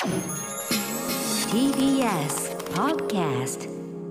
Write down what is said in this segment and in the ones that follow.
TBS Podcast。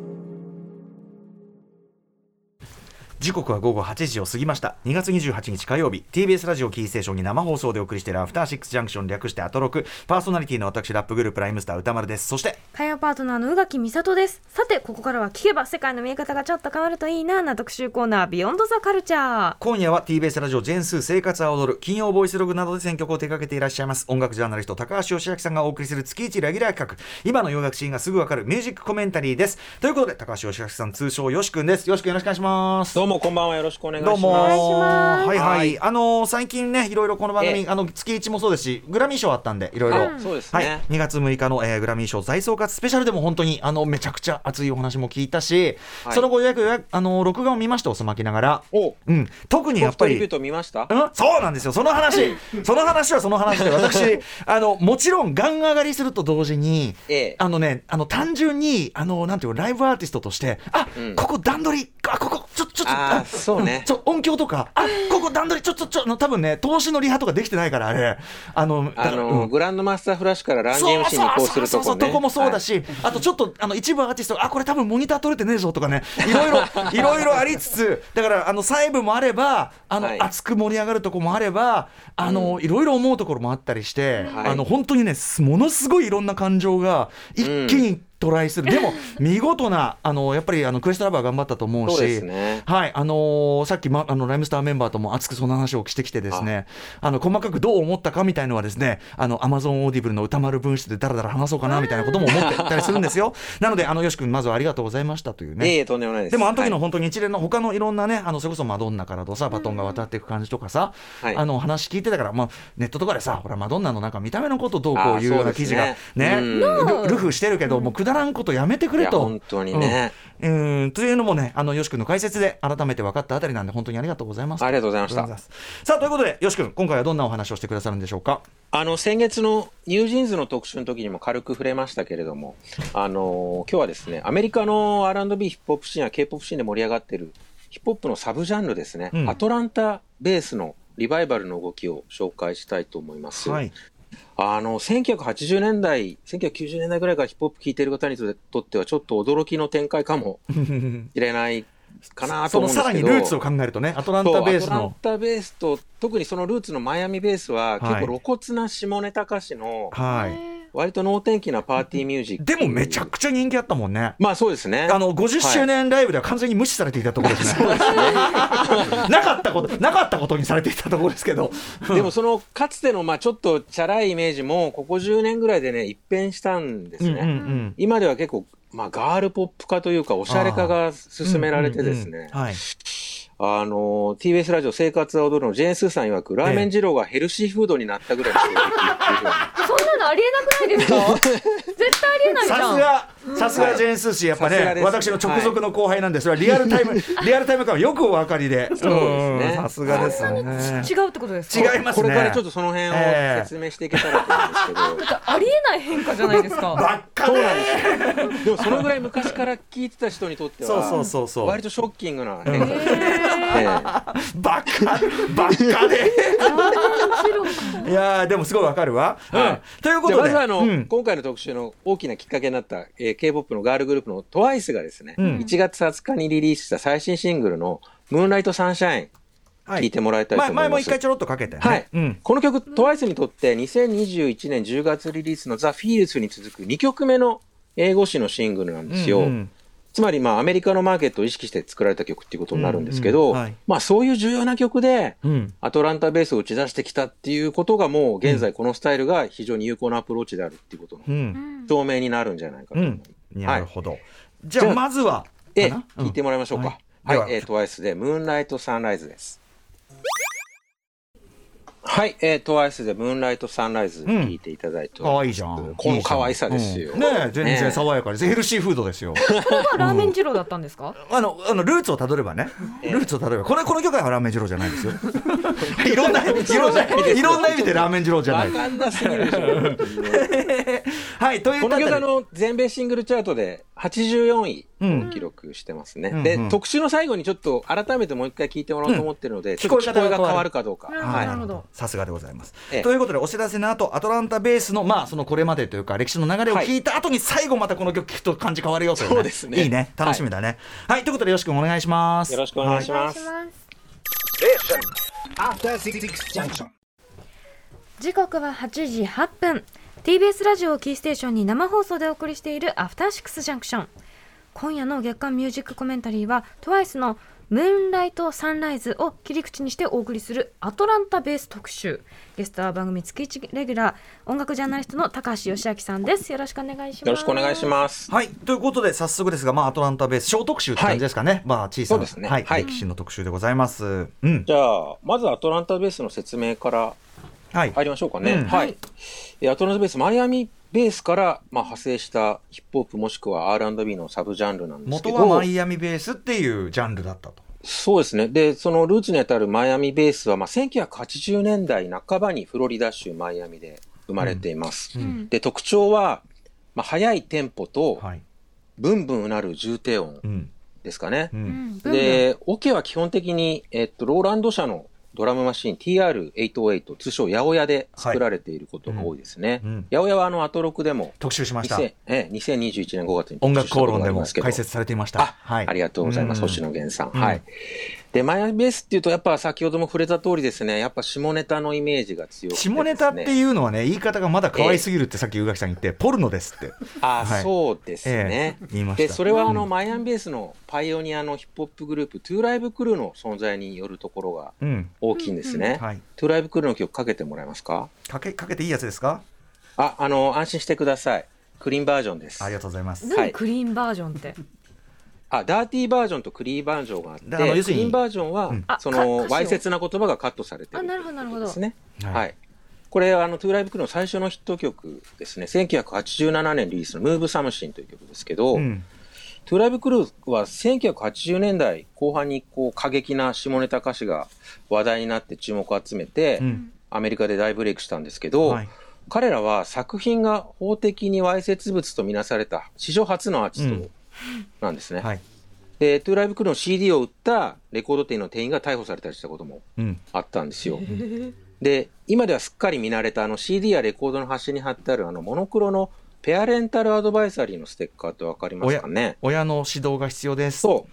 時刻は午後8時を過ぎました。2月28日火曜日、 TBS ラジオキーステーションに生放送でお送りしているアフターシックスジャンクション、略してアトロク。パーソナリティの私ラップグループライムスター歌丸です。そして火曜パートナーの宇垣美里です。さてここからは聞けば世界の見え方がちょっと変わるといいな特集コーナー、ビヨンドザカルチャー。 今夜は TBS ラジオジェンスー生活は踊る金曜ボイスログなどで選曲を手掛けていらっしゃいます音楽ジャーナリスト高橋義明さんがお送りする月1レギュラー企画、今の洋楽シーンがすぐわかるミュージックコメンタリーです。ということで高橋義明さん、通称よしくんです。よしくん、よろしくお願いします。 どうもこんばんは、よろしくお願いします。 どうもはいはい、 はい、 最近ねいろいろこの番組月1もそうですしグラミー賞あったんでいろいろ、 そうですね、 はい、2月6日の、グラミー賞大総括スペシャルでも本当にめちゃくちゃ熱いお話も聞いたし、はい、その後録画を見ました、遅まきながら、特にやっぱりトリビュート見ました、 そうなんですよ。その話はその話で、私もちろんガン上がりすると同時に、単純になんていうライブアーティストとしてここ段取りここちょっとそうね、 音響とかここ段取り多分ね投資のリハとかできてないから、あれグランドマスターフラッシュからランジ MC に移行するとこね、 とこもそうだし、はい、あとちょっと一部アーティストがこれ多分モニター撮れてねえぞとかね、いろいろありつつ、だから細部もあればはい、熱く盛り上がるとこもあればいろいろ思うところもあったりして、本当にねものすごいいろんな感情が一気にトライする、でも見事なやっぱりクエストラバー頑張ったと思うし、 そうですね、 はい、さっき、ライムスターメンバーとも熱くその話をしてきてですね、細かくどう思ったかみたいのはですね、Amazon オーディブルの歌丸分室でだらだら話そうかなみたいなことも思ってたりするんですよ。なのでよし君、まずはありがとうございましたというね。 とんでもないです。 でも時の本当に一連の他のいろんなね、それこそマドンナからとさバトンが渡っていく感じとかさ、話聞いてたから、ネットとかでさ、ほらマドンナのなんか見た目のことどうこういうような記事がねルフしてるけど、もうくだらんことやめてくれと、 本当にね、 というのもね、よし君の解説で改めて分かったあたりなんで、本当にありがとうございます。 ありがとうございました。 さあ、ということでよし君、今回はどんなお話をしてくださるんでしょうか。 先月のニュージーンズの特集の時にも軽く触れましたけれども、今日はですね、アメリカの R&B ヒップホップシーンや K-POP シーンで盛り上がっているヒップホップのサブジャンルですね、アトランタベースのリバイバルの動きを紹介したいと思います。はい、1980年代、1990年代ぐらいからヒップホップ聴いている方にとってはちょっと驚きの展開かもしれないかなと思うんですけど、 そのさらにルーツを考えるとね、アトランタベースと特にそのルーツのマイアミベースは結構露骨な下ネタ歌詞の、割と能天気なパーティーミュージックでもめちゃくちゃ人気あったもんね。 まあそうですね、 50周年ライブでは完全に無視されていたところですね。なかったことにされていたところですけどでもそのかつてのちょっとチャラいイメージもここ10年ぐらいでね一変したんですね。今では結構ガールポップ化というかおしゃれ化が進められてですね、TBS ラジオ生活は踊るのジェーン・スーさん曰く、ラーメン二郎がヘルシーフードになったぐらいの衝撃っていうそんなのありえなくないですか。絶対ありえないじゃん。 さすがジェーン・スー氏、やっぱね、私の直属の後輩なんで、それはリアルタイム感はよくお分かりで、さすがですね。 違うってことですか。 違いますね。 これからちょっとその辺を説明していけたらと思うんですけど、 だってありえない変化じゃないですか。 ばっかそうなんですよ。でもそのぐらい昔から聞いてた人にとっては割とショッキングな変化です。 ばっかでいやでもすごいわかるわ。ということで、 まず今回の特集の大きなきっかけになった K-POP のガールグループの TWICE がですね、1月20日にリリースした最新シングルのムーンライトサンシャイン聞いてもらいたいと思います。 前も一回ちょろっとかけてね。 この曲 TWICE にとって2021年10月リリースの The Feels に続く2曲目の英語詞のシングルなんですよ。つまりアメリカのマーケットを意識して作られた曲っていうことになるんですけど、そういう重要な曲でアトランタベースを打ち出してきたっていうことが、もう現在このスタイルが非常に有効なアプローチであるっていうことの証明になるんじゃないかと思います。 なるほど。じゃあまずは聞いてもらいましょうか。TWICE でムーンライトサンライズです。はい、TWICE でムーンライトサンライズ聞いていただいて、 かわいいじゃん。 この可愛さですよ。 ね、全然爽やかです。ヘルシーフードですよ。 これはラーメン二郎だったんですか。 ルーツをたどればね、この曲はラーメン二郎じゃないですよ。いろんな意味でラーメン二郎じゃない。 わかんなすぎるでしょ。 はい、というこの曲全米シングルチャートで 84位を記録してますね。で、特集の最後にちょっと改めてもう一回聞いてもらおうと思ってるので、ちょっと聞こえが変わるかどうか。 なるほど。 さすがでございます。ということで、お知らせの後、アトランタベースの、そのこれまでというか、歴史の流れを聞いた後に、最後またこの曲聞くと感じ変わるよというね。 そうですね。 いいね。楽しみだね。はい。ということで、よろしくお願いします。 よろしくお願いします。 時刻は8時8分。TBS ラジオをキーステーションに生放送でお送りしているアフターシックスジャンクション。今夜の月間ミュージックコメンタリーは TWICE のムーンライトサンライズを切り口にしてお送りするアトランタベース特集。ゲストは番組月1レギュラー音楽ジャーナリストの高橋義明さんです。よろしくお願いします。 よろしくお願いします。 はい、ということで早速ですが、アトランタベース小特集って感じですかね。小さな、 ね、 歴史の特集でございます。 じゃあまずアトランタベースの説明から入りましょうかね。アトランタベース、マイアミベースから派生したヒップホップもしくは R&B のサブジャンルなんですけど、 元はマイアミベースっていうジャンルだったと。 そうですね。で、そのルーツにあたるマイアミベースは、1980年代半ばにフロリダ州マイアミで生まれています。で、特徴は、速いテンポと、ブンブンうなる重低音ですかね。で、オケは基本的に、ローランド社のドラムマシン TR-808 通称八百屋で作られていることが多いですね。八百屋はアトロクでも特集しました。 2021年5月に音楽討論でも解説されていました。 ありがとうございます。星野源さん。で、マイアミベースっていうと、やっぱ先ほども触れた通りですね、やっぱ下ネタのイメージが強くてですね。 下ネタっていうのはね、言い方がまだ可愛すぎるってさっき宇垣さん言って、ポルノですって。 そうですね。 言いました。 で、それはマイアミベースのパイオニアのヒップホップグループ、トゥーライブクルーの存在によるところが大きいんですね。トゥーライブクルーの曲かけてもらえますか？ かけていいやつですか？ 安心してください。クリーンバージョンです。 ありがとうございます。 クリーンバージョンって。 ダーティーバージョンとクリーンバージョンがあって、クリーンバージョンは、わいせつな言葉がカットされているですね。これ、トゥーライブクルーの最初のヒット曲ですね。1987年リリースのムーブサムシンという曲ですけど、トゥーライブクルーは1980年代後半に過激な下ネタ歌詞が話題になって注目を集めて、アメリカで大ブレイクしたんですけど、彼らは作品が法的にわいせつ物とみなされた史上初のアーティストなんですね。で、トゥーライブクルーの CD を売ったレコード店の店員が逮捕されたりしたこともあったんですよ。で、今ではすっかり見慣れたCD やレコードの端に貼ってあるモノクロのペアレンタルアドバイザリーのステッカーってわかりますかね？ 親の指導が必要です。 そう。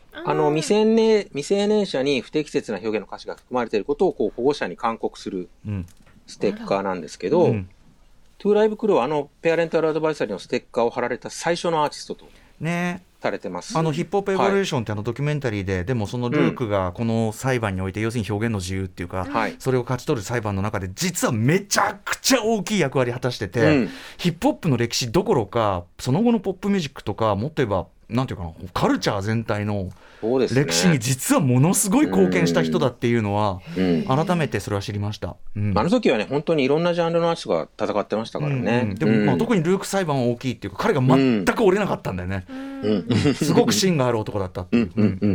未成年者に不適切な表現の歌詞が含まれていることを保護者に勧告するステッカーなんですけど、トゥーライブクルーはペアレンタルアドバイザリーのステッカーを貼られた最初のアーティストとされてます。 ヒップホップエボリューションってドキュメンタリーで、でもそのルークがこの裁判において、要するに表現の自由っていうか、それを勝ち取る裁判の中で実はめちゃくちゃ大きい役割を果たしてて、ヒップホップの歴史どころかその後のポップミュージックとか、もっと言えばなんていうかな、カルチャー全体の歴史に実はものすごい貢献した人だっていうのは、改めてそれは知りました。 あの時はね、本当にいろんなジャンルのアーティストが戦ってましたからね。 でも特にルーク裁判は大きいっていうか、彼が全く折れなかったんだよね。すごく芯がある男だったっていう。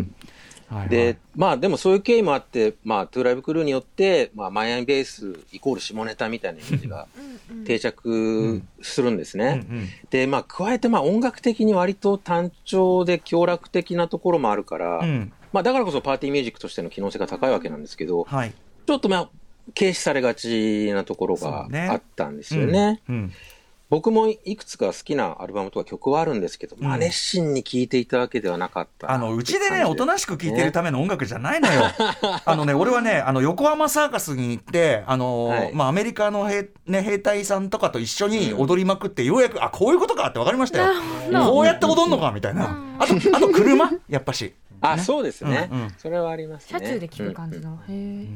で、でもそういう経緯もあって、トゥーライブクルーによって、マイアミベースイコール下ネタみたいなイメージが定着するんですね。で、加えて音楽的に割と単調で強楽的なところもあるから、だからこそパーティーミュージックとしての機能性が高いわけなんですけど、ちょっと軽視されがちなところがあったんですよね。僕もいくつか好きなアルバムとか曲はあるんですけど、熱心に聴いていたわけではなかった。 うちでね、おとなしく聴いてるための音楽じゃないのよ。俺はね、横浜サーカスに行って、アメリカの兵隊さんとかと一緒に踊りまくって、ようやく、こういうことかって分かりましたよ。こうやって踊んのかみたいな。あと車やっぱし。 そうですね。それはありますね。 車中で聴く感じの。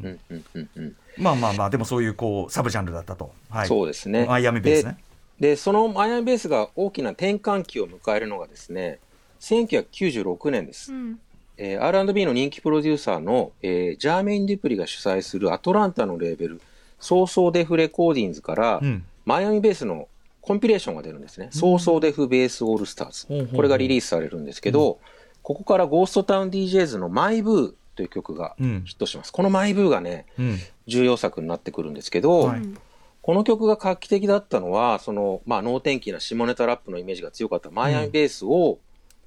でもそういうサブジャンルだったと。 そうですね。 マイアミベースね。 で、そのマイアミベースが大きな転換期を迎えるのがですね、1996年です。R&B の人気プロデューサーの、ジャーメイン・デュプリが主催するアトランタのレーベル、ソーソーデフレコーディンズから、マイアミベースのコンピレーションが出るんですね。ソーソーデフベースオールスターズ。これがリリースされるんですけど、ここからゴーストタウン DJs のマイブーという曲がヒットします。このマイブーがね、重要作になってくるんですけど、この曲が画期的だったのは、能天気な下ネタラップのイメージが強かったマイアミベースを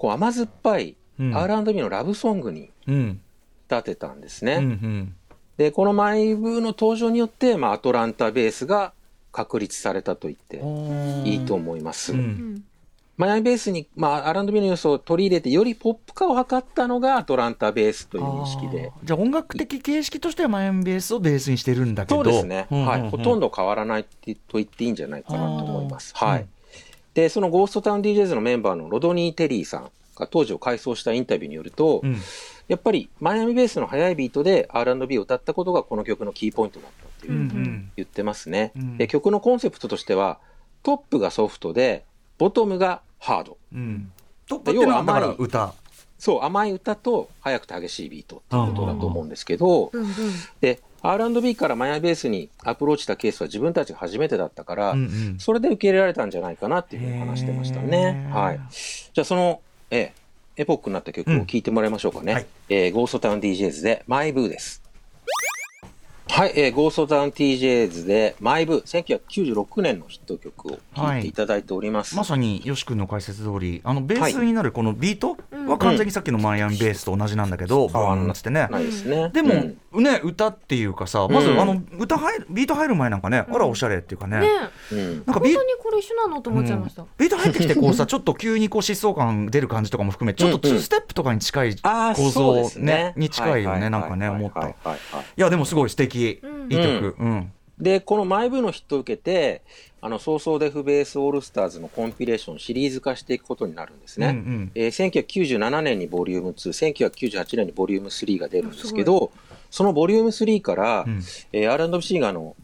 こう甘酸っぱい R&B のラブソングに立てたんですね。でこのマイブーの登場によって、アトランタベースが確立されたと言っていいと思います。マイアミベースに、R&B の要素を取り入れてよりポップ化を図ったのがアトランタベースという認識で、 じゃあ音楽的形式としてはマイアミベースをベースにしてるんだけど、 そうですね、ほとんど変わらないと言っていいんじゃないかなと思います。でそのゴーストタウン DJs のメンバーのロドニー・テリーさんが当時を回想したインタビューによると、やっぱりマイアミベースの速いビートで R&B を歌ったことがこの曲のキーポイントだったっていう言ってますね。で曲のコンセプトとしてはトップがソフトでボトムがハード、 トップっていうのはだから歌、 そう甘い歌と速くて激しいビートっていうことだと思うんですけど、で R&B からマイアミベースにアプローチしたケースは自分たちが初めてだったから、それで受け入れられたんじゃないかなっていうふうに話してましたね。じゃあそのエポックになった曲を聴いてもらいましょうかね。ゴーストタウン DJs でマイブーです。はい、ゴーストタウン TJs でマイブー、1996年のヒット曲を聴いていただいております。 まさによし君の解説通り、ベースになるこのビートは完全にさっきのマイアミベースと同じなんだけど、バーンってね。でもね、歌っていうかさ、まずビート入る前なんかね、あらおしゃれっていうかね、 なんか本当にこれ一緒なのと思っちゃいました。 ビート入ってきてこうさ、ちょっと急にこう疾走感出る感じとかも含め、ちょっと2ステップとかに近い構造ねに近いよね、なんかね思った。いやでもすごい素敵。いい曲。 でこのマイブーのヒットを受けてソーソーデフベースオールスターズのコンピレーションシリーズ化していくことになるんですね。1997年にボリューム2、1998年にボリューム3が出るんですけど、そのボリューム3から、R&B シンガーの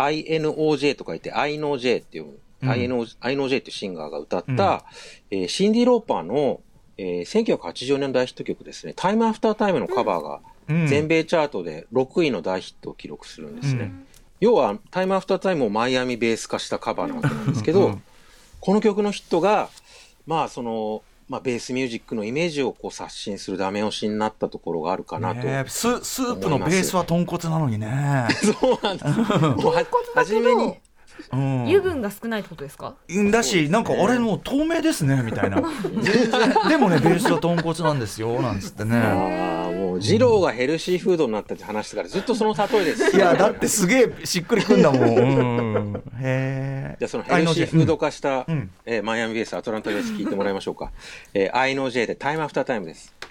INOJ と書いて INOJ っていう、INOJ っていうシンガーが歌った、シンディ・ローパーの、1980年大ヒット曲ですね、タイムアフタータイムのカバーが全米チャートで6位の大ヒットを記録するんですね。要はタイムアフタータイムをマイアミベース化したカバーなわけなんですけど、この曲のヒットがベースミュージックのイメージをこう刷新するダメ押しになったところがあるかなと、 スープのベースは豚骨なのにね。 そうなんです。初めに油分が少ないってことですか？ だし、なんかあれもう透明ですねみたいな。でもねベースは豚骨なんですよなんつってね。 もう二郎がヘルシーフードになったって話してからずっとその例えです。 いやだってすげえしっくりくんだもん。へえ。 じゃあそのヘルシーフード化した、マイアミベースアトランタベース聞いてもらいましょうか。INOJ でタイムアフタータイムです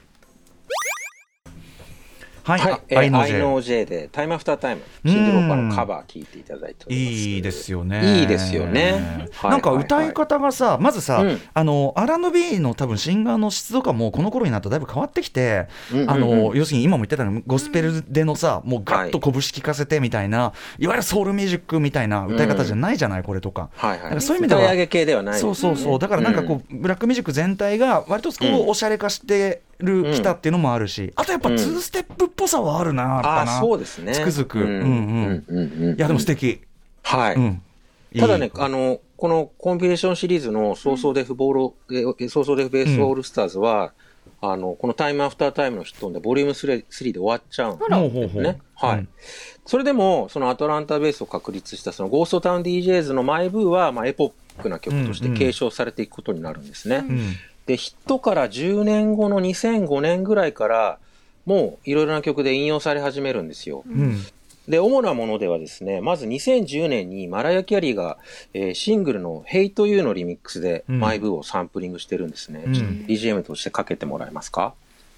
。INOJ でタイムアフタータイム、シンディ・ローパーのカバー聴いていただいております。 いいですよね。 いいですよね。 なんか歌い方がさ、まずさ、R&B の多分シンガーの湿度感もこの頃になるとだいぶ変わってきて、要するに今も言ってたのゴスペルでのさ、もうガッと拳聞かせてみたいな、いわゆるソウルミュージックみたいな歌い方じゃないじゃないこれとか。そういう意味では歌い上げ系ではない。 そうだからなんかこうブラックミュージック全体が割とこうおしゃれ化してきたっていうのもあるし、あとやっぱ2ステップっぽさはあるな、やっぱな。 そうですね。 つくづく。いやでも素敵。 はい。ただね、このコンピレーションシリーズのソーソーデフベースオールスターズは、このタイムアフタータイムのヒットでボリューム3で終わっちゃうんですね。はい。それでもそのアトランタベースを確立したそのゴーストタウン DJs のマイブーはエポックな曲として継承されていくことになるんですね。でヒットから10年後の2005年ぐらいからもういろいろな曲で引用され始めるんですよ。で主なものではですね、まず2010年にマライア・キャリーが、シングルの Hate You のリミックスでマイブーをサンプリングしてるんですね。BGM としてかけてもらえますか？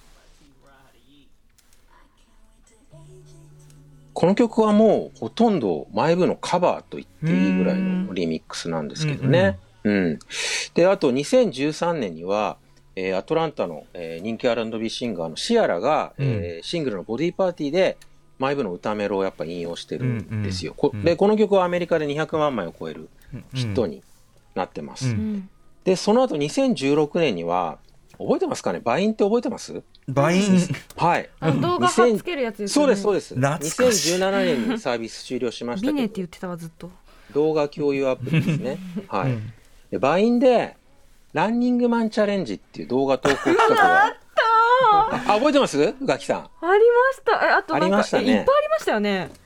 この曲はもうほとんどマイブーのカバーと言っていいぐらいのリミックスなんですけどね。であと2013年には、アトランタの、人気 R&B シンガーのシアラが、シングルのボディパーティーでマイブーの歌メロをやっぱ引用してるんですよ。でこの曲はアメリカで200万枚を超えるヒットになってます。でその後2016年には覚えてますかね？バインって覚えてます？ バイン、 はい。動画貼っつけるやつですよね。 そうです。2017年にサービス終了しましたけど。 ビネって言ってたわずっと。 動画共有アプリですね。はい。でバインでランニングマンチャレンジっていう動画投稿企画が覚えてます？ガキさん。 ありました。あとなんかいっぱいありましたよね。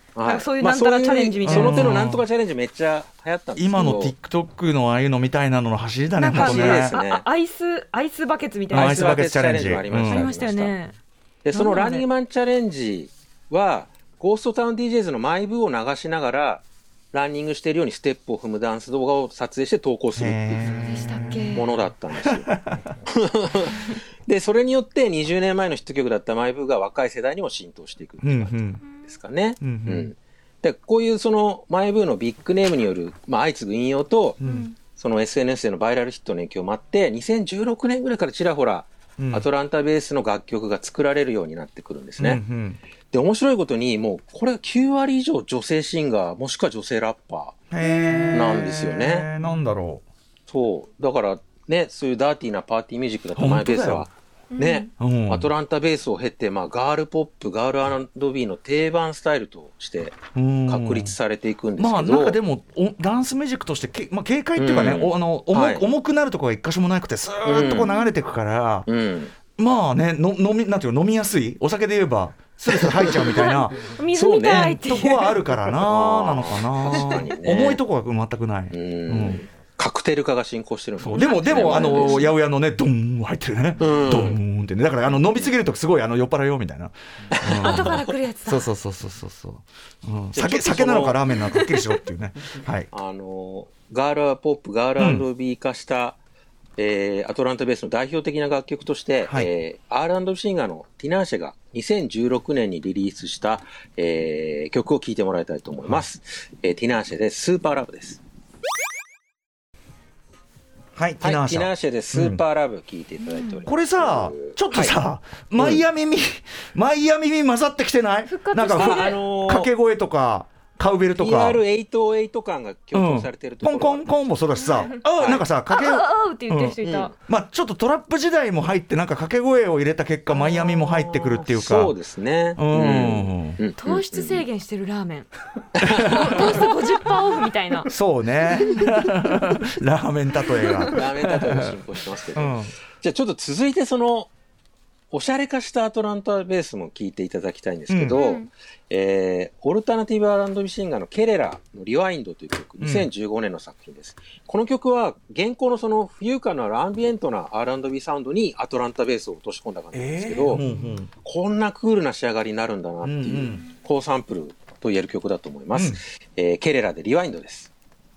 はい、 そういうなんたらチャレンジみたいな、 その手のなんとかチャレンジめっちゃ流行ったんですけど、 今の TikTok のああいうのみたいなのの走りだね。 なんか本当ねですね。 アイスバケツみたいな、 アイスバケツチャレンジもありました、 ありましたよね。 でそのランニングマンチャレンジはゴーストタウン DJs のマイブを流しながらランニングしているようにステップを踏むダンス動画を撮影して投稿するっていうものだったんですよ。でそれによって20年前のヒット曲だったマイブーが若い世代にも浸透していくっていう感じですかね。でこういうそのマイブーのビッグネームによる、相次ぐ引用と、その SNS でのバイラルヒットの影響もあって2016年ぐらいからちらほら、アトランタベースの楽曲が作られるようになってくるんですね。で面白いことにもうこれは9割以上女性シンガーもしくは女性ラッパーなんですよね。 なんだろう。 そうだからね、そういうダーティーなパーティーミュージックだとマイベースはね、アトランタベースを経て、ガールポップガールR&Bの定番スタイルとして確立されていくんですけど、 なんかでもダンスミュージックとして軽快っていうかね、重くなるところが一箇所もなくてスーッとこう流れていくから、まあね、なんていうの、飲みやすい、お酒で言えばスルスル入っちゃうみたいな水みたいっていうとこはあるからななのかな。 確かにね、 重いとこは全くない。 カクテル化が進行してるんですよ。 でも八百屋のねドン入ってるね、ドンってね、だから飲みすぎるとすごい酔っ払いよみたいな、 後から来るやつだ。 そう、酒なのかラーメンなのかはっきりしろっていうね。はい、 ガールポップガール&B化した、アトランタベースの代表的な楽曲として、R&B シンガーのティナーシェが2016年にリリースした、曲を聴いてもらいたいと思います。ティナーシェでスーパーラブです。 はい、 ティナーシェでスーパーラブ聞いていただいております。 これさ、ちょっとさ、マイアミ味混ざってきてない？なんか掛け声とかカウベルとか PR808 感が強調されてるところ、 コンコンもそうだしさ、なんかさって言ってる人いた。 ちょっとトラップ時代も入ってなんか掛け声を入れた結果マイアミも入ってくるっていうか。 そうですね。 糖質制限してるラーメン、糖質 50% オフみたいな。 そうね。ラーメン例えが進行してますけど、じゃあちょっと続いてそのおしゃれ化したアトランタベースも聴いていただきたいんですけど、オルタナティブ R&B シンガーのケレラのリワインドという曲、2015年の作品です。この曲は現行のその浮遊感のあるアンビエントな R&B サウンドにアトランタベースを落とし込んだ感じなんですけど、こんなクールな仕上がりになるんだなっていう高サンプルと言える曲だと思います。ケレラでリワインドです。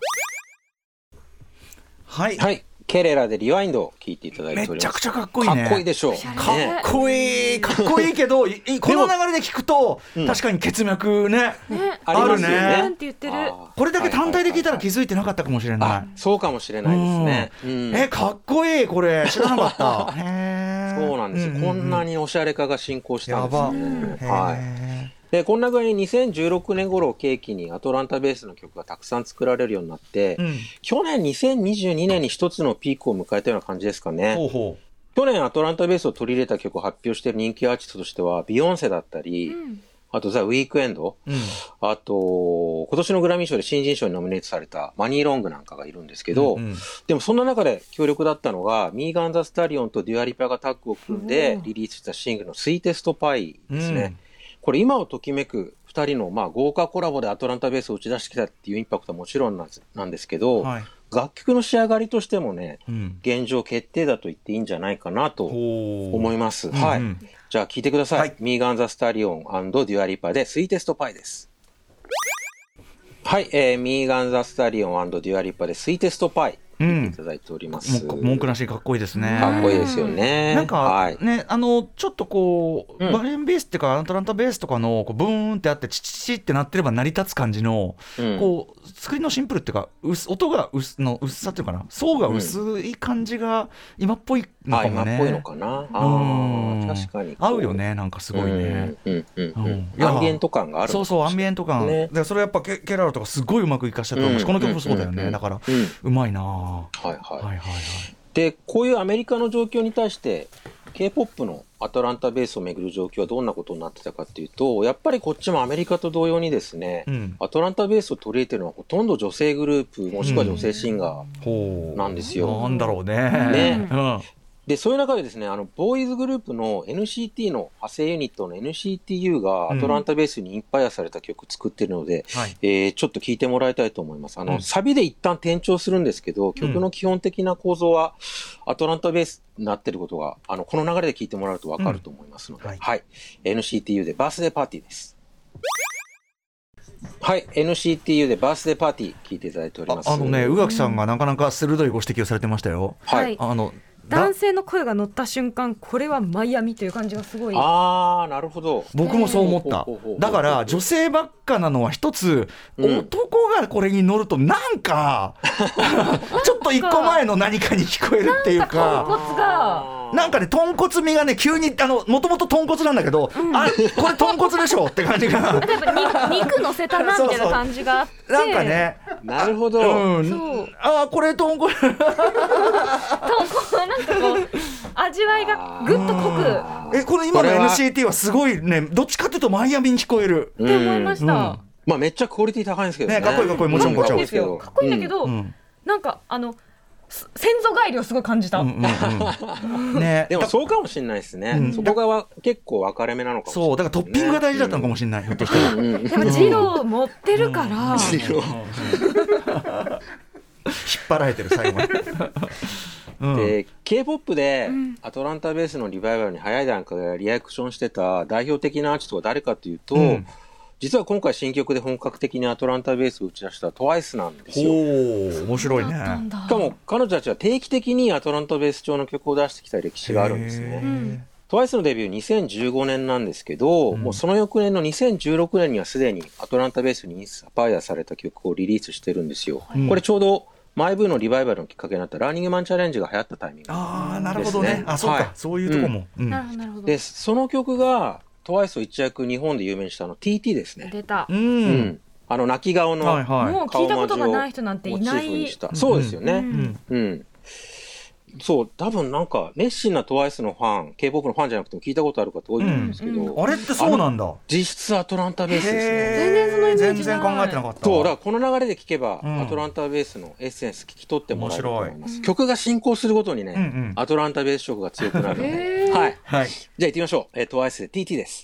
はい、ケレラでリワインドを聴いていただいております。 めちゃくちゃかっこいいね。 かっこいいでしょう。 かっこいいけどこの流れで聞くと確かに血脈ねあるね。これだけ単体で聞いたら気づいてなかったかもしれない。 そうかもしれないですね。 かっこいい、これ知らなかった。 そうなんですよ。こんなにおしゃれ化が進行したんですね。でこんな具合に2016年頃を契機にアトランタベースの曲がたくさん作られるようになって、去年2022年に一つのピークを迎えたような感じですかね。去年アトランタベースを取り入れた曲を発表している人気アーティストとしてはビヨンセだったり、あとザ・ウィークエンド、あと今年のグラミー賞で新人賞にノミネートされたマニー・ロングなんかがいるんですけど、でもそんな中で強力だったのがミーガン・ザ・スタリオンとデュア・リパがタッグを組んでリリースしたシングルのスイーテスト・パイですね。これ今をときめく2人の豪華コラボでアトランタベースを打ち出してきたっていうインパクトはもちろんなんですけど、楽曲の仕上がりとしてもね、現状決定だと言っていいんじゃないかなと思います。じゃあ聴いてください。ミーガン・ザ・スタリオン&デュア・リパでスイーテスト・パイです。ミーガン・ザ・スタリオン&デュア・リパでスイーテスト・パイいただいております。 文句なしかっこいいですね。 かっこいいですよね。 なんかね、ちょっとこうバレンベースっていうかアトランタベースとかのこうブーンってあってチチチってなってれば成り立つ感じの、こう作りのシンプルっていうか音がの薄さっていうかな、層が薄い感じが今っぽいのかもね。 今っぽいのかな。確かに合うよね。なんかすごいね。 アンビエント感がある。 そうアンビエント感で、それやっぱケララとかすごいうまくいかしてたと思うし、この曲もそうだよね。だからうまいな。 でこういうアメリカの状況に対して K-POP のアトランタベースをめぐる状況はどんなことになってたかっていうと、やっぱりこっちもアメリカと同様にですね、アトランタベースを取り入れてるのはほとんど女性グループもしくは女性シンガーなんですよ。 なんだろうね。 でそういう中でですね、ボーイズグループの NCT の派生ユニットの NCTU がアトランタベースにインスパイアされた曲作ってるので、ちょっと聴いてもらいたいと思います。サビで一旦転調するんですけど、曲の基本的な構造はアトランタベースになってることが、この流れで聴いてもらうと分かると思いますので、NCTU でバースデーパーティーです。はい、NCTU でバースデーパーティー聴いていただいております。 宇垣さんがなかなか鋭いご指摘をされてましたよ。 はい、男性の声が乗った瞬間、これはマイアミという感じがすごい。 ああ、なるほど。 僕もそう思った。だから女性ばっかなのは一つ、男がこれに乗るとなんかちょっと一個前の何かに聞こえるっていうか、 豚骨がなんかね、豚骨味がね、急にもともと豚骨なんだけど、これ豚骨でしょって感じがやっぱ肉乗せたなみたいな感じがあってなんかね、 なるほど、 これ豚骨なんかこう味わいがぐっと濃く、 この今の NCT はすごいね、どっちかというとマイアミに聞こえるって思いました。 まあめっちゃクオリティ高いんですけどね。 かっこいいかっこいい、もちろんもちろんかっこいいんだけど、なんか先祖返りをすごい感じた。 ね、 でもそうかもしれないですね。そこが結構分かれ目なのかもしれない。 そうだからトッピングが大事だったのかもしれない。ひょっとしたら。 でもジロー持ってるから。 ジロー引っ張られてる最後まで。 で K-POP でアトランタベースのリバイバルに早い段階でリアクションしてた代表的なアーティストは誰かというと、実は今回新曲で本格的にアトランタベースを打ち出した TWICE なんですよ。 面白いね。 しかも彼女たちは定期的にアトランタベース調の曲を出してきた歴史があるんですね。TWICE のデビュー2015年なんですけど、もうその翌年の2016年にはすでにアトランタベースにインスパイアされた曲をリリースしてるんですよ。これちょうどマイブーのリバイバルのきっかけになったラーニングマンチャレンジが流行ったタイミングですね。 なるほどね。そうか、そういうとこも。 でその曲がTWICE を一躍日本で有名にしたTT ですね。 出た。 泣き顔のもう聞いたことがない人なんていない。 そうですよね。そう、多分なんか熱心な TWICE のファン、K-POP のファンじゃなくても聞いたことある方多いと思うんですけど、 あれってそうなんだ。 実質アトランタベースですね。 全然考えてなかった。 そうだからこの流れで聞けば、アトランタベースのエッセンス聞き取ってもらえると思います。曲が進行するごとにね、アトランタベース色が強くなるので、じゃあ行ってみましょう。TWICE で TT です。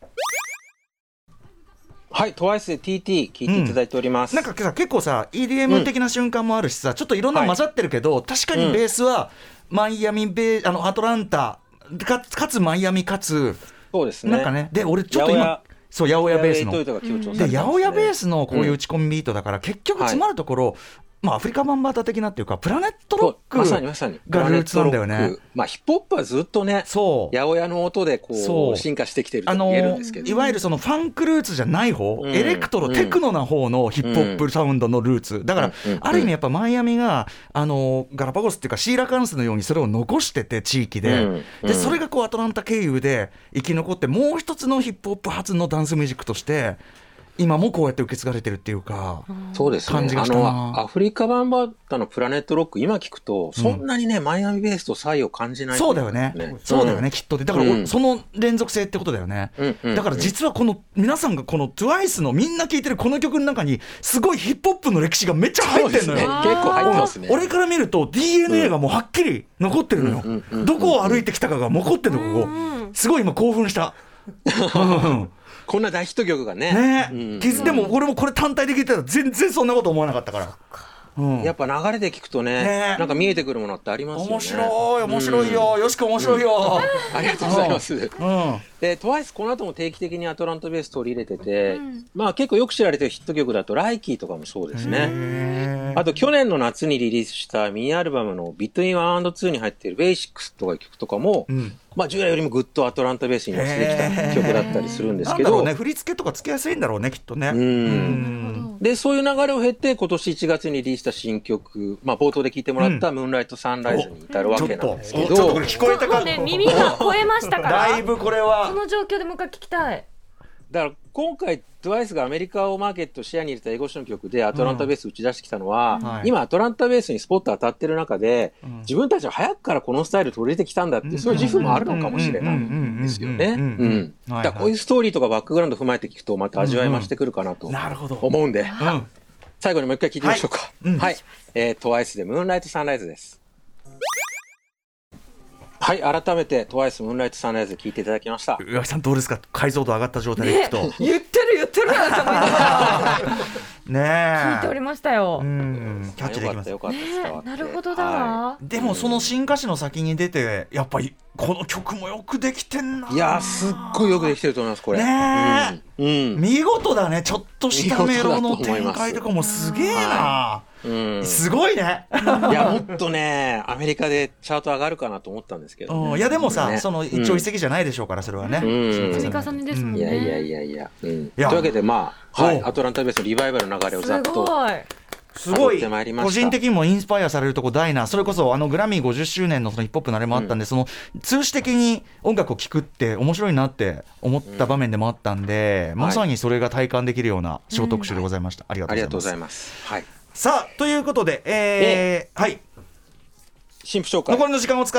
はい、TWICE で TT 聞いていただいております。 なんか結構さ EDM 的な瞬間もあるしさ、ちょっといろんな混ざってるけど、確かにベースはマイアミアトランタかつマイアミかつ、 そうですね。 なんかね、で俺ちょっと今そう八百屋ベースので八百屋ベースのこういう打ち込みビートだから、結局詰まるところ、アフリカバンバータ的なっていうかプラネットロックがルーツなんだよね。 ヒップホップはずっとね、八百屋の音でこう進化してきてると言えるんですけど、 いわゆるそのファンクルーツじゃない方、エレクトロテクノな方のヒップホップサウンドのルーツだから、ある意味やっぱマイアミがガラパゴスっていうかシーラカンスのようにそれを残してて地域で、でそれがこうアトランタ経由で生き残って、もう一つのヒップホップ発のダンスミュージックとして今もこうやって受け継がれてるっていうか、 そうですね、 感じがしたな。 アフリカバンバータのプラネットロック今聞くとそんなにね、マイアミベースと差異を感じない、 そうだよね、そうだよね、きっとでだから、その連続性ってことだよね、だから実はこの皆さんがこの TWICE のみんな聴いてるこの曲の中にすごいヒップホップの歴史がめっちゃ入ってるのよ、 結構入ってますね。 俺から見ると DNA がもうはっきり残ってるのよ、どこを歩いてきたかが残ってるの、ここすごい今興奮したこんな大ヒット曲がね。 でも俺もこれ単体で聞いたら全然そんなこと思わなかったから。 やっぱ流れで聞くとね、なんか見えてくるものってありますよね。 面白いよ、よしく面白いよ。 ありがとうございます。で TWICE この後も定期的にアトランタベース取り入れてて、結構よく知られてるヒット曲だとライキーとかもそうですね。あと去年の夏にリリースしたミニアルバムの Between 1 and 2に入っている Basics とかいう曲とかも、従来よりもぐっとアトランタベースに乗せてきた曲だったりするんですけど、 振り付けとかつけやすいんだろうね、きっとね。 でそういう流れを経て今年1月にリリースした新曲、冒頭で聴いてもらったムーンライトサンライズに至るわけなんですけど、 ちょっとこれ聞こえたか、 耳が超えましたからだいぶこれはこの状況でもう一回聞きたい。 だから今回 TWICE がアメリカをマーケットシェアに入れた英語詞の曲でアトランタベース打ち出してきたのは、今アトランタベースにスポット当たってる中で、自分たちは早くからこのスタイル取り入れてきたんだっていう、そういう自負もあるのかもしれないんですよね。だからこういうストーリーとかバックグラウンド踏まえて聞くとまた味わい増してくるかなと思うんで、最後にもう一回聞いてみましょうか。TWICE でムーンライトサンライズです。 はい、改めて TWICE ムーンライトサンライズ聞いていただきました。 岩木さんどうですか、解像度上がった状態で聞くと、 言ってると思いながらねえ聞いておりましたよ。 キャッチできます。 よかった伝わって、 なるほどだわ、 でもその新歌詞の先に出てやっぱりこの曲もよくできてんな。 いやすっごいよくできてると思いますこれ。 ねえ、見事だね。ちょっとしたメロの展開とかもすげえな、すごいね。 いやもっとねアメリカでチャート上がるかなと思ったんですけど、 いやでもさ、その一朝一夕じゃないでしょうから、それはね、 積み重ねですもんね。 いや、というわけでアトランタベースのリバイバルの流れをざっとすごい個人的にもインスパイアされるとこ大な。それこそグラミー50周年のそのヒップホップのあれもあったんで、その通詞的に音楽を聴くって面白いなって思った場面でもあったんで、まさにそれが体感できるような小特集でございました。ありがとうございます。さあということで、はい新婦紹介残りの時間を使って、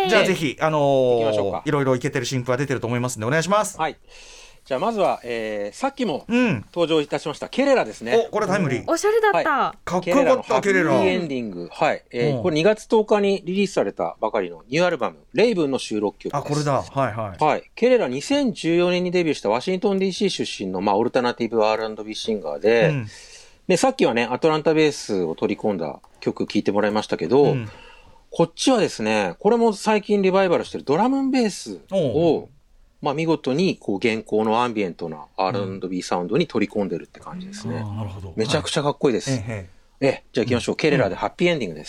じゃあぜひいろいろイケてる新婦が出てると思いますんでお願いします。 はい、じゃあまこれはさっきも登場いたしましたケレラですね。 これタイムリー、 おしゃれだった、 かっこよかった。ケレラハッピーエンディング、これ2月10日にリリースされたばかりのニューアルバムレイブンの収録曲です。 これだ。 ケレラ2014年にデビューしたワシントン DC 出身のオルタナティブ R&B シンガーで、さっきはねアトランタベースを取り込んだ曲聴いてもらいましたけど、こっちはですね、これも最近リバイバルしてるドラムンベースを見事に現行のアンビエントな R&B サウンドに取り込んでるって感じですね。めちゃくちゃかっこいいです。じゃあ行きましょう。ケレラでハッピーエンディングです。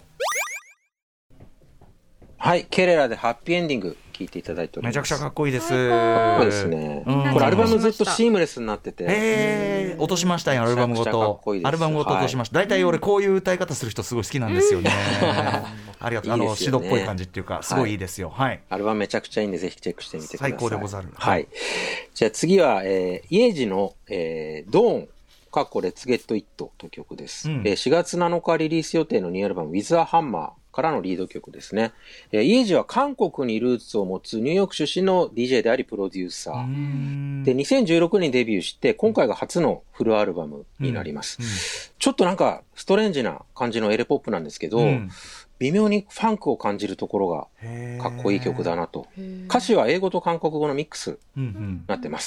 はい、ケレラでハッピーエンディング聞いていただいております。 めちゃくちゃかっこいいです。 そうですね。これアルバムずっとシームレスになってて、 落としましたよアルバムごと。アルバムごと落としました。大体俺こういう歌い方する人すごい好きなんですよね。ありがとう。シドっぽい感じっていうかすごいいいですよ。 アルバムめちゃくちゃいいんでぜひチェックしてみてください。 最高でござる。 じゃあ次はイエージのドーンレッツゲットイットという曲です。4月7日リリース予定のニューアルバム With a Hammerからのリード曲ですね。イエージは韓国にルーツを持つニューヨーク出身の DJ でありプロデューサーで、2016年にデビューして今回が初のフルアルバムになります。ちょっとなんかストレンジな感じのエレポップなんですけど、微妙にファンクを感じるところがかっこいい曲だなと。歌詞は英語と韓国語のミックスになってます。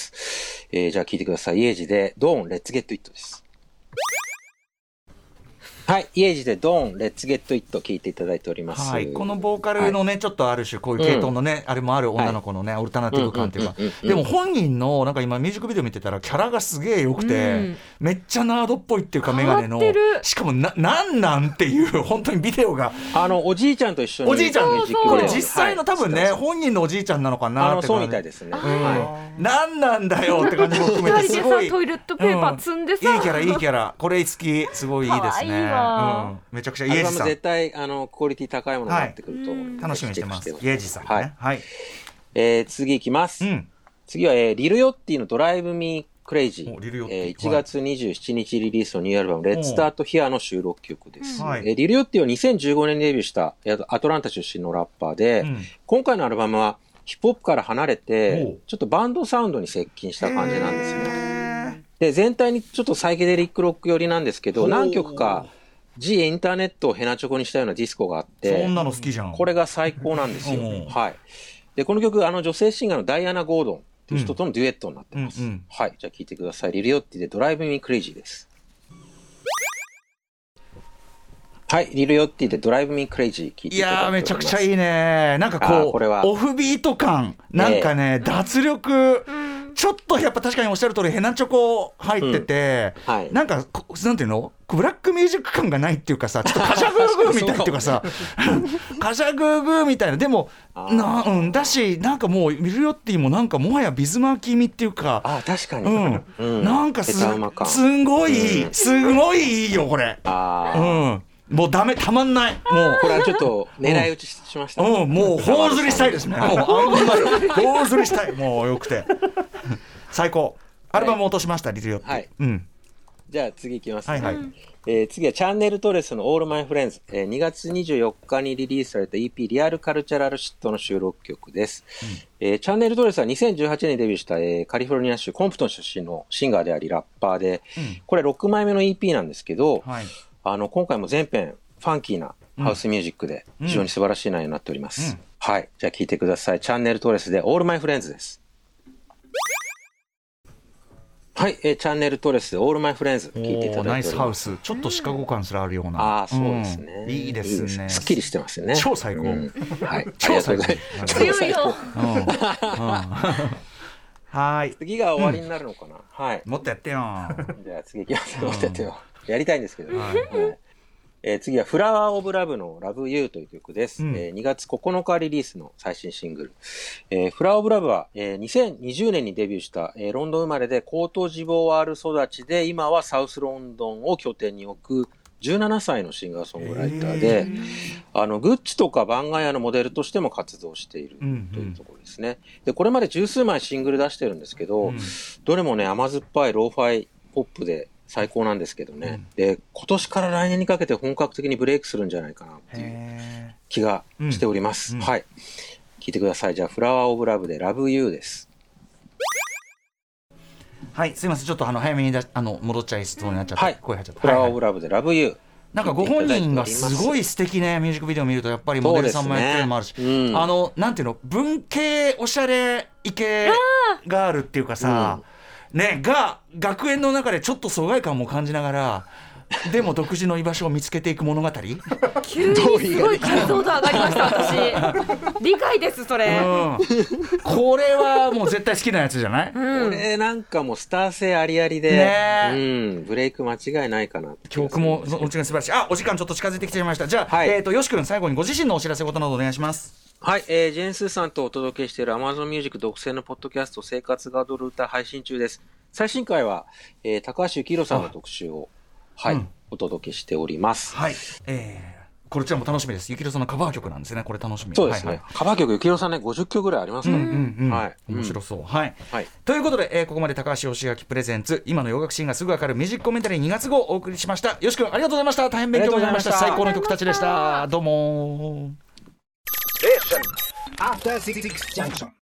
じゃあ聴いてください。イエージでドーンレッツゲットイットです。はい、イエージでドーンレッツゲットイット聞いていただいております。 このボーカルのね、ちょっとある種こういう系統のね、あれもある女の子のね、オルタナティブ感っていうか、でも本人のなんか今ミュージックビデオ見てたらキャラがすげえ良くて、めっちゃナードっぽいっていうか、メガネのしかもなんっていう本当にビデオがおじいちゃんと一緒に、 おじいちゃんこれ実際の多分ね本人のおじいちゃんなのかなってそうみたいですね。 なんだよって感じも含めてすごいトイレットペーパー積んでさ、 いいキャラこれ好き、すごいいいですね。めちゃくちゃイエジさん、 アルバム絶対クオリティ高いものになってくると思うので、 楽しみにしてます。イエジさん次いきます。次はリルヨッティのドライブミークレイジー、1月27日リリースのニューアルバムレッツスタートヒアの収録曲です。リルヨッティは2015年にデビューしたアトランタ出身のラッパーで、今回のアルバムはヒップホップから離れてちょっとバンドサウンドに接近した感じなんですね。で全体にちょっとサイケデリックロック寄りなんですけど、何曲かG インターネットをヘナチョコにしたようなディスコがあって、 そんなの好きじゃん。 これが最高なんですよ。でこの曲女性シンガーのダイアナ・ゴードンという人とのデュエットになってます。じゃあ聴いてください。リルヨッティでドライブミークレイジーです。リルヨッティでドライブミークレイジー聴いていただいております。 めちゃくちゃいいね。なんかこうオフビート感、なんかね、脱力、ちょっとやっぱ確かにおっしゃる通りヘナチョコ入ってて、なんかなんていうの、ブラックミュージック感がないっていうかさ、ちょっとカシャグーグーみたいっていうかさカシャグーグーみたいな、でもだし、なんかもうミルヨッティもなんかもはやビズマーキー味っていうか、 確かに、 なんかすごいいいよこれ。もうダメ、たまんない。もうこれはちょっと狙い撃ちしました。 もう頬ずりしたいですね。頬ずりしたい。もうよくて最高。アルバム落としました、リルヨッティ。 じゃあ次いきます。次はチャンネルトレスの All My Friends、2月24日にリリースされた EP リアルカルチャラルシットの収録曲です。チャンネルトレスは2018年にデビューした、カリフォルニア州コンプトン出身のシンガーでありラッパーで、これ6枚目の EP なんですけど、今回も全編ファンキーなハウスミュージックで非常に素晴らしい内容になっております。 はい。じゃあ聞いてください。チャンネルトレスで All My Friends です。はい、チャンネルトレスで All My Friends 聞いていただいております。 ナイスハウス。ちょっとシカゴ感すらあるような。 ああ、そうですね。 いいですね。 すっきりしてますよね。 超最高。 はい。 超最高。 強いよ。 はい。 次が終わりになるのかな。はい。 もっとやってよ。 じゃあ次行きます。もっとやってよ。やりたいんですけど。次はフラワーオブラブの Love You という曲です。2月9日リリースの最新シングル。フラワーオブラブは、2020年にデビューした、ロンドン生まれでコートジボワール育ちで、今はサウスロンドンを拠点に置く17歳のシンガーソングライターで、グッチとかバンガイアのモデルとしても活動しているというところですね。で、これまで十数枚シングル出してるんですけど、どれもね、甘酸っぱいローファイポップで、最高なんですけどね、で今年から来年にかけて本格的にブレイクするんじゃないかなっていう気がしております、はい、聞いてください。じゃあフラワーオブラブで Love You です。 はい、すいません、ちょっと早めに戻っちゃいそうになっちゃって、 はい、 声入っちゃった。 フラワーオブラブで Love You、 なんかご本人がすごい素敵ね、ミュージックビデオを見るとやっぱりモデルさんもやってるのもあるし、なんていうの、文系おしゃれイケがあるっていうかさ、ね、が学園の中でちょっと疎外感も感じながらでも独自の居場所を見つけていく物語急にすごい解像度上がりました私理解ですそれ、 これはもう絶対好きなやつじゃない、 これなんかもうスター性ありありで、ブレイク間違いないかな。 曲ももちろん素晴らしい。お時間ちょっと近づいてきちゃいました。じゃあ、よし君最後にご自身のお知らせ事などお願いします。 はい、ジェーン・スーさんとお届けしている Amazon Music 独占のポッドキャスト生活が踊る歌配信中です。最新回は、高橋幸宏さんの特集を、お届けしております。 はい、こちらも楽しみです。幸宏さんのカバー曲なんですね。これ楽しみ。 そうですね。カバー曲幸宏さんね50曲ぐらいありますから、はい、 面白そう。はい。ということで、ここまで高橋義明プレゼンツ今の洋楽シーンがすぐわかるミュージックコメンタリー2月号をお送りしました。よし君ありがとうございました。大変勉強になりました。最高の曲たちでした。どうも。After 66 junction.